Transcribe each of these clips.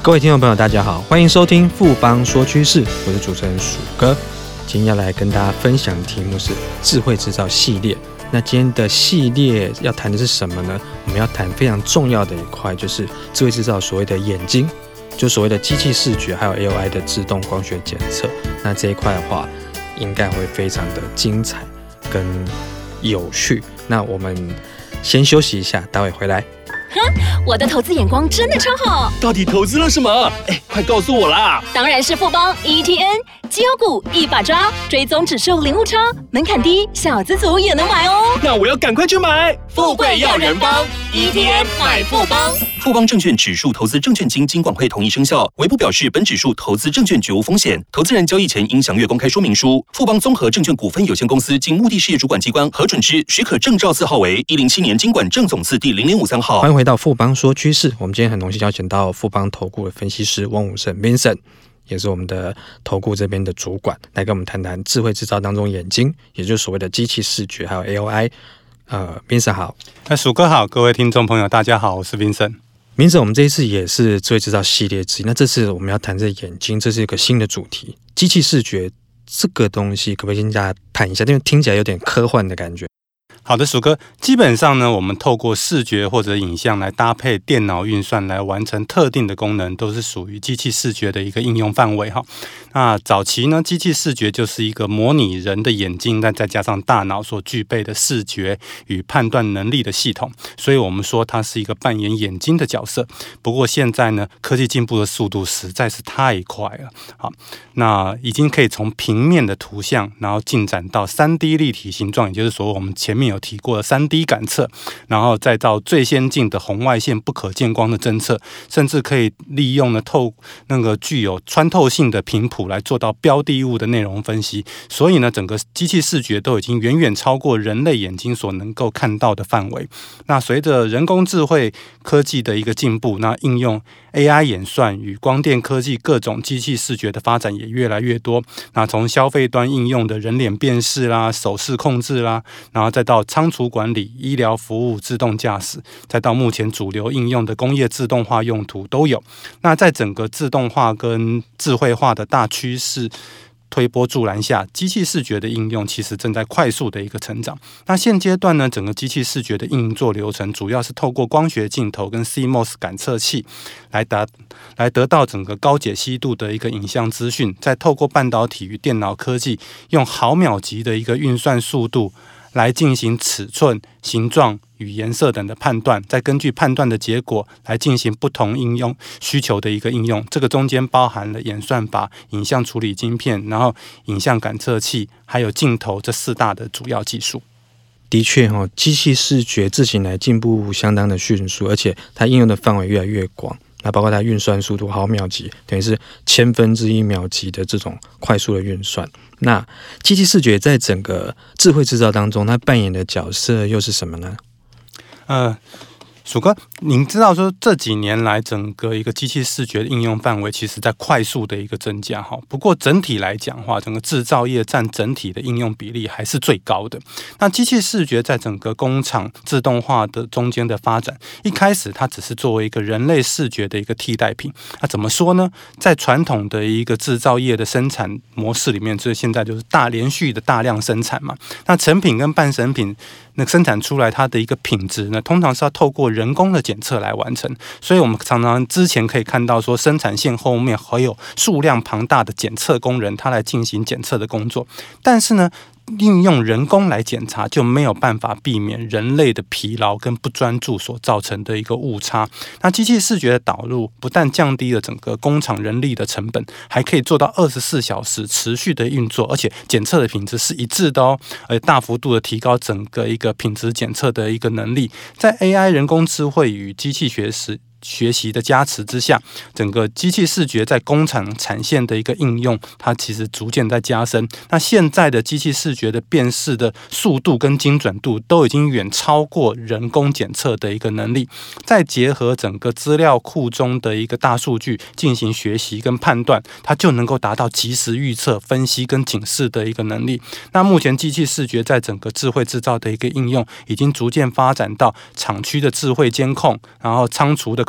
各位听众朋友大家好，欢迎收听富邦说趋势，我是主持人鼠哥。今天要来跟大家分享的题目是智慧制造系列。那今天的系列要谈的是什么呢？我们要谈非常重要的一块，就是智慧制造所谓的眼睛，就所谓的机器视觉，还有 AOI 的自动光学检测。那这一块的话，应该会非常的精彩跟有趣。那我们先休息一下，待会回来。 我的投资眼光真的超好， 到底投资了什么？快告诉我啦！ 当然是富邦 ETN 绩优股一把抓，追踪指数零误差，门槛低，小资族也能买哦。 那我要赶快去买， 富贵要人帮 ETN 买富邦。 富邦证券指数投资证券金管会同意生效，微不表示本指数投资证券绝无风险，投资人交易前应详阅公开说明书。富邦综合证券股份有限公司经目的事业主管机关核准之许可证照字号为107年金管证总字第0053号。 欢迎回到富邦说趋势，我们今天很荣幸邀请到富邦投顾的分析师翁武胜 Vincent， 也是我们的投顾这边的主管，来跟我们谈谈智慧制造当中眼睛，也就是所谓的机器视觉，还有 AOI。Vincent 好。 鼠哥好，各位听众朋友大家好，我是 Vincent。Vincent， 我们这一次也是智慧制造系列之一，那这次我们要谈这眼睛，这是一个新的主题，机器视觉这个东西，可不可以跟大家谈一下？因为听起来有点科幻的感觉。 好的，鼠哥，基本上呢，我们透过视觉或者影像来搭配电脑运算来完成特定的功能，都是属于机器视觉的一个应用范围哈。那早期呢，机器视觉就是一个模拟人的眼睛，再加上大脑所具备的视觉与判断能力的系统，所以我们说它是一个扮演眼睛的角色。不过现在呢，科技进步的速度实在是太快了，好，那已经可以从平面的图像，然后进展到 3D 立体形状，也就是说我们前面有提过的 3D 感测，然后再到最先进的红外线不可见光的侦测，甚至可以利用具有穿透性的频谱来做到标的物的内容分析。所以呢，整个机器视觉都已经远远超过人类眼睛所能够看到的范围。那随着人工智慧科技的一个进步，那应用 AI 演算与光电科技各种机器视觉的发展也越来越多。那从消费端应用的人脸辨识啦、手势控制啦，然后再到仓储管理、医疗服务、自动驾驶，再到目前主流应用的工业自动化用途都有。那在整个自动化跟智慧化的大趋势推波助澜下，机器视觉的应用其实正在快速的一个成长。那现阶段呢，整个机器视觉的运作流程主要是透过光学镜头跟 CMOS 感测器来得到整个高解析度的一个影像资讯，再透过半导体与电脑科技用毫秒级的一个运算速度来进行尺寸、形状与颜色等的判断，再根据判断的结果来进行不同应用需求的一个应用。这个中间包含了演算法、影像处理晶片，然后影像感测器，还有镜头这4大的主要技术。 的确机器视觉自行来进步相当的迅速，而且它应用的范围越来越广。那包括它运算速度毫秒级，等于是1/1000秒级的这种快速的运算。那机器视觉在整个智慧制造当中，它扮演的角色又是什么呢？ 鼠哥，您知道说这几年来整个一个机器视觉的应用范围其实在快速的一个增加哈。不过整体来讲的话，整个制造业占整体的应用比例还是最高的。那机器视觉在整个工厂自动化的中间的发展，一开始它只是作为一个人类视觉的一个替代品。那怎么说呢？在传统的一个制造业的生产模式里面，这现在就是连续的大量生产嘛。那成品跟半成品那生产出来它的一个品质呢，通常是要透过人工的检测来完成，所以我们常常之前可以看到说，生产线后面还有数量庞大的检测工人，他来进行检测的工作。但是呢，运用人工来检查，就没有办法避免人类的疲劳跟不专注所造成的一个误差。那机器视觉的导入，不但降低了整个工厂人力的成本，还可以做到24小时持续的运作，而且检测的品质是一致的哦，而大幅度的提高整个一个品质检测的一个能力。在 AI 人工智慧与机器学习的加持之下，整个机器视觉在工厂产线的一个应用，它其实逐渐在加深。那现在的机器视觉的辨识的速度跟精准度都已经远超过人工检测的一个能力，再结合整个资料库中的一个大数据进行学习跟判断，它就能够达到即时预测、分析跟警示的一个能力。那目前机器视觉在整个智慧制造的一个应用，已经逐渐发展到厂区的智慧监控，然后仓储的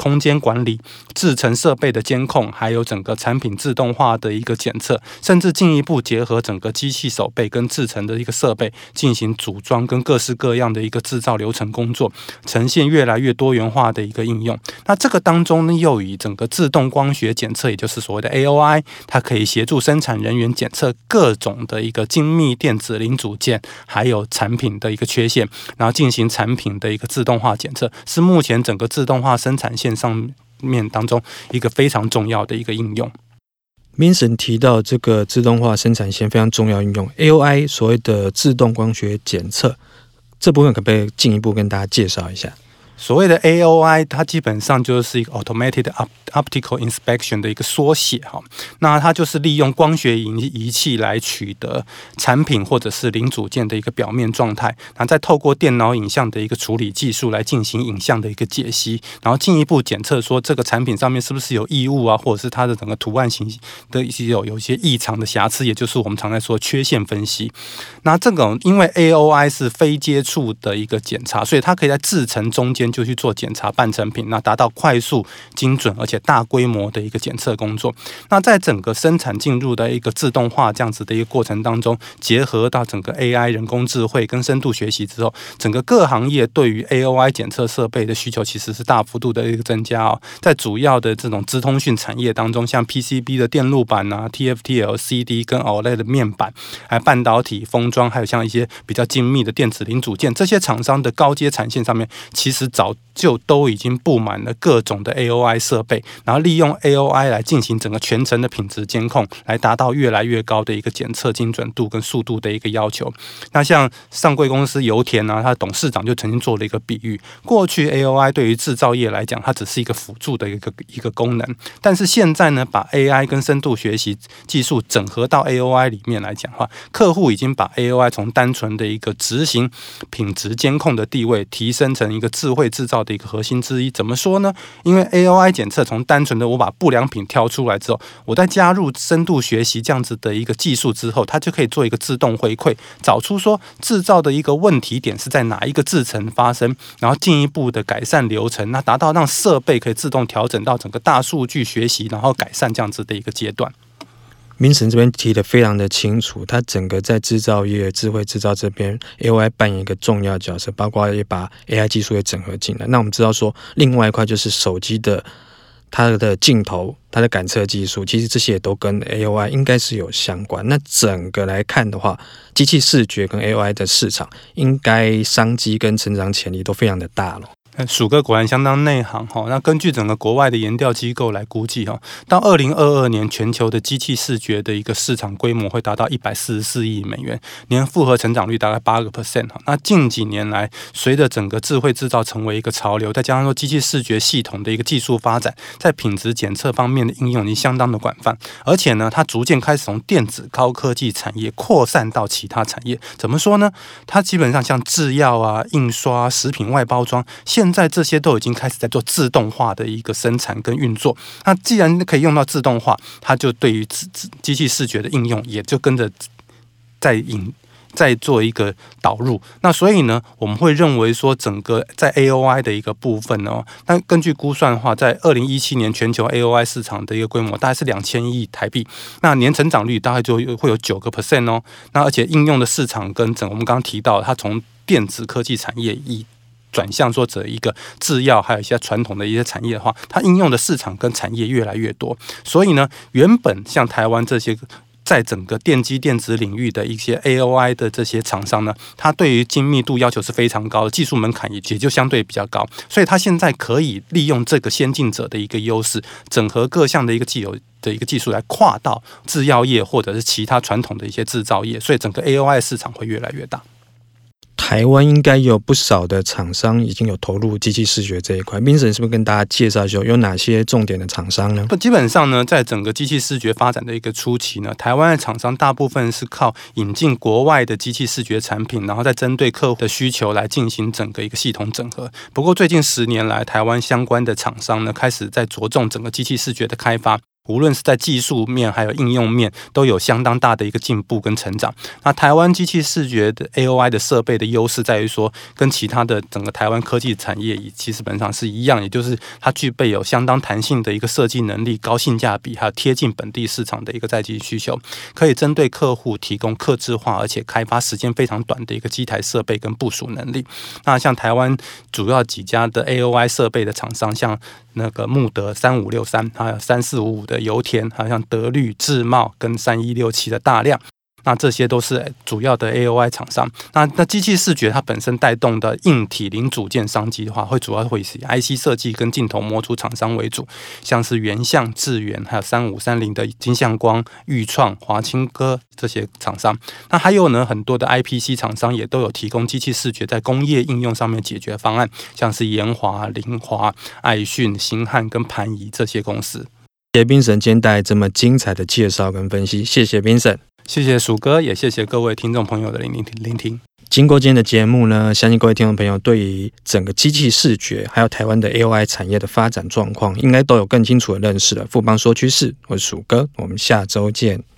空间管理、制程设备的监控，还有整个产品自动化的一个检测，甚至进一步结合整个机器手背跟制程的一个设备进行组装跟各式各样的一个制造流程工作，呈现越来越多元化的一个应用。那这个当中呢，又以整个自动光学检测，也就是所谓的 AOI， 它可以协助生产人员检测各种的一个精密电子零组件，还有产品的一个缺陷，然后进行产品的一个自动化检测，是目前整个自动化生产线上面当中一个非常重要的一个应用。 Vincent 提到这个自动化生产线非常重要应用 AOI 所谓的自动光学检测，这部分可不可以进一步跟大家介绍一下？ 所谓的 AOI， 它基本上就是一个 Automated Optical Inspection 的一个缩写哈。那它就是利用光学仪器来取得产品或者是零组件的一个表面状态，然后再透过电脑影像的一个处理技术来进行影像的一个解析，然后进一步检测说这个产品上面是不是有异物啊，或者是它的整个图案型的有一些异常的瑕疵，也就是我们常在说缺陷分析。那这种因为 AOI 是非接触的一个检查，所以它可以在制程中间就去做检查半成品，那达到快速、精准而且大规模的一个检测工作。那在整个生产进入的一个自动化这样子的一个过程当中，结合到整个 AI 人工智慧跟深度学习之后，整个各行业对于 AOI 检测设备的需求其实是大幅度的一个增加哦。在主要的这种资通讯产业当中，像 PCB 的电路板啊、TFT-LCD 跟 OLED 的面板，还有半导体封装，还有像一些比较精密的电子零组件，这些厂商的高阶产线上面，其实早就都已经布满了各种的 AOI 设备，然后利用 AOI 来进行整个全程的品质监控，来达到越来越高的一个检测精准度跟速度的一个要求。那像上柜公司油田啊，他的董事长就曾经做了一个比喻，过去 AOI 对于制造业来讲，它只是一个辅助的一个功能，但是现在呢，把 AI 跟深度学习技术整合到 AOI 里面来讲的话，客户已经把 AOI 从单纯的一个执行品质监控的地位提升成一个智慧制造的一个核心之一。怎么说呢？因为 AOI 检测从单纯的我把不良品挑出来之后，我再加入深度学习这样子的一个技术之后，它就可以做一个自动回馈，找出说制造的一个问题点是在哪一个制程发生，然后进一步的改善流程，那达到让设备可以自动调整到整个大数据学习，然后改善这样子的一个阶段。 Vincent 这边提得非常的清楚，它整个在制造业、智慧制造这边 AOI 扮演一个重要角色，包括也把 AI 技术也整合进来。那我们知道说，另外一块就是手机的它的镜头、它的感测技术，其实这些也都跟 AOI 应该是有相关。那整个来看的话，机器视觉跟 AOI 的市场应该商机跟成长潜力都非常的大了。 鼠哥果然相当内行哈。那根据整个国外的研调机构来估计哈，到2022年，全球的机器视觉的一个市场规模会达到144亿美元，年复合成长率大概8%哈。那近几年来，随着整个智慧制造成为一个潮流，再加上说机器视觉系统的一个技术发展，在品质检测方面的应用已经相当的广泛，而且呢，它逐渐开始从电子高科技产业扩散到其他产业。怎么说呢？它基本上像制药啊、印刷、食品外包装，现在这些都已经开始在做自动化的一个生产跟运作。那既然可以用到自动化，它就对于机器视觉的应用也就跟着再做一个导入。那所以呢，我们会认为说，整个在 AOI 的一个部分呢，那根据估算的话，在2017年全球 AOI 市场的一个规模大概是2000亿台币，那年成长率大概就会有9%哦。那而且应用的市场跟我们刚刚提到，它从电子科技产业转向说这一个制药，还有一些传统的一些产业的话，它应用的市场跟产业越来越多。所以呢，原本像台湾这些在整个电机电子领域的一些 AOI 的这些厂商呢，它对于精密度要求是非常高的，技术门槛也就相对比较高，所以它现在可以利用这个先进者的一个优势，整合各项的一个既有的一个技术来跨到制药业或者是其他传统的一些制造业，所以整个 AOI 市场会越来越大。 台湾应该有不少的厂商已经有投入机器视觉这一块。Vincent 是不是跟大家介绍一下有哪些重点的厂商呢？ 基本上呢，在整个机器视觉发展的一个初期呢，台湾的厂商大部分是靠引进国外的机器视觉产品，然后再针对客户的需求来进行整个一个系统整合。不过最近10年来，台湾相关的厂商呢，开始在着重整个机器视觉的开发。 无论是在技术面还有应用面都有相当大的一个进步跟成长。那台湾机器视觉的 AOI 的设备的优势在于说，跟其他的整个台湾科技产业基本上是一样，也就是它具备有相当弹性的一个设计能力、高性价比，还有贴近本地市场的一个在机需求，可以针对客户提供客制化而且开发时间非常短的一个机台设备跟部署能力。那像台湾主要几家的 AOI 设备的厂商，像那个穆德3563，还有3455的油田，还有像德律、智茂跟3167的大量。那这些都是主要的 AOI 厂商。那机器视觉它本身带动的硬体零组件商机的话，主要会以 IC 设计跟镜头模组厂商为主，像是原相、智原，还有3530的金相光、裕创、华清科这些厂商。那还有呢，很多的 IPC 厂商也都有提供机器视觉在工业应用上面解决方案，像是研华、凌华、爱讯、星汉跟盘仪这些公司。 谢谢冰神今天带来这么精彩的介绍跟分析，谢谢冰神。 谢谢鼠哥，也谢谢各位听众朋友的聆听。 经过今天的节目呢，相信各位听众朋友对于整个机器视觉还有台湾的 AOI 产业的发展状况，应该都有更清楚的认识了。富邦说趋势，我是鼠哥，我们下周见。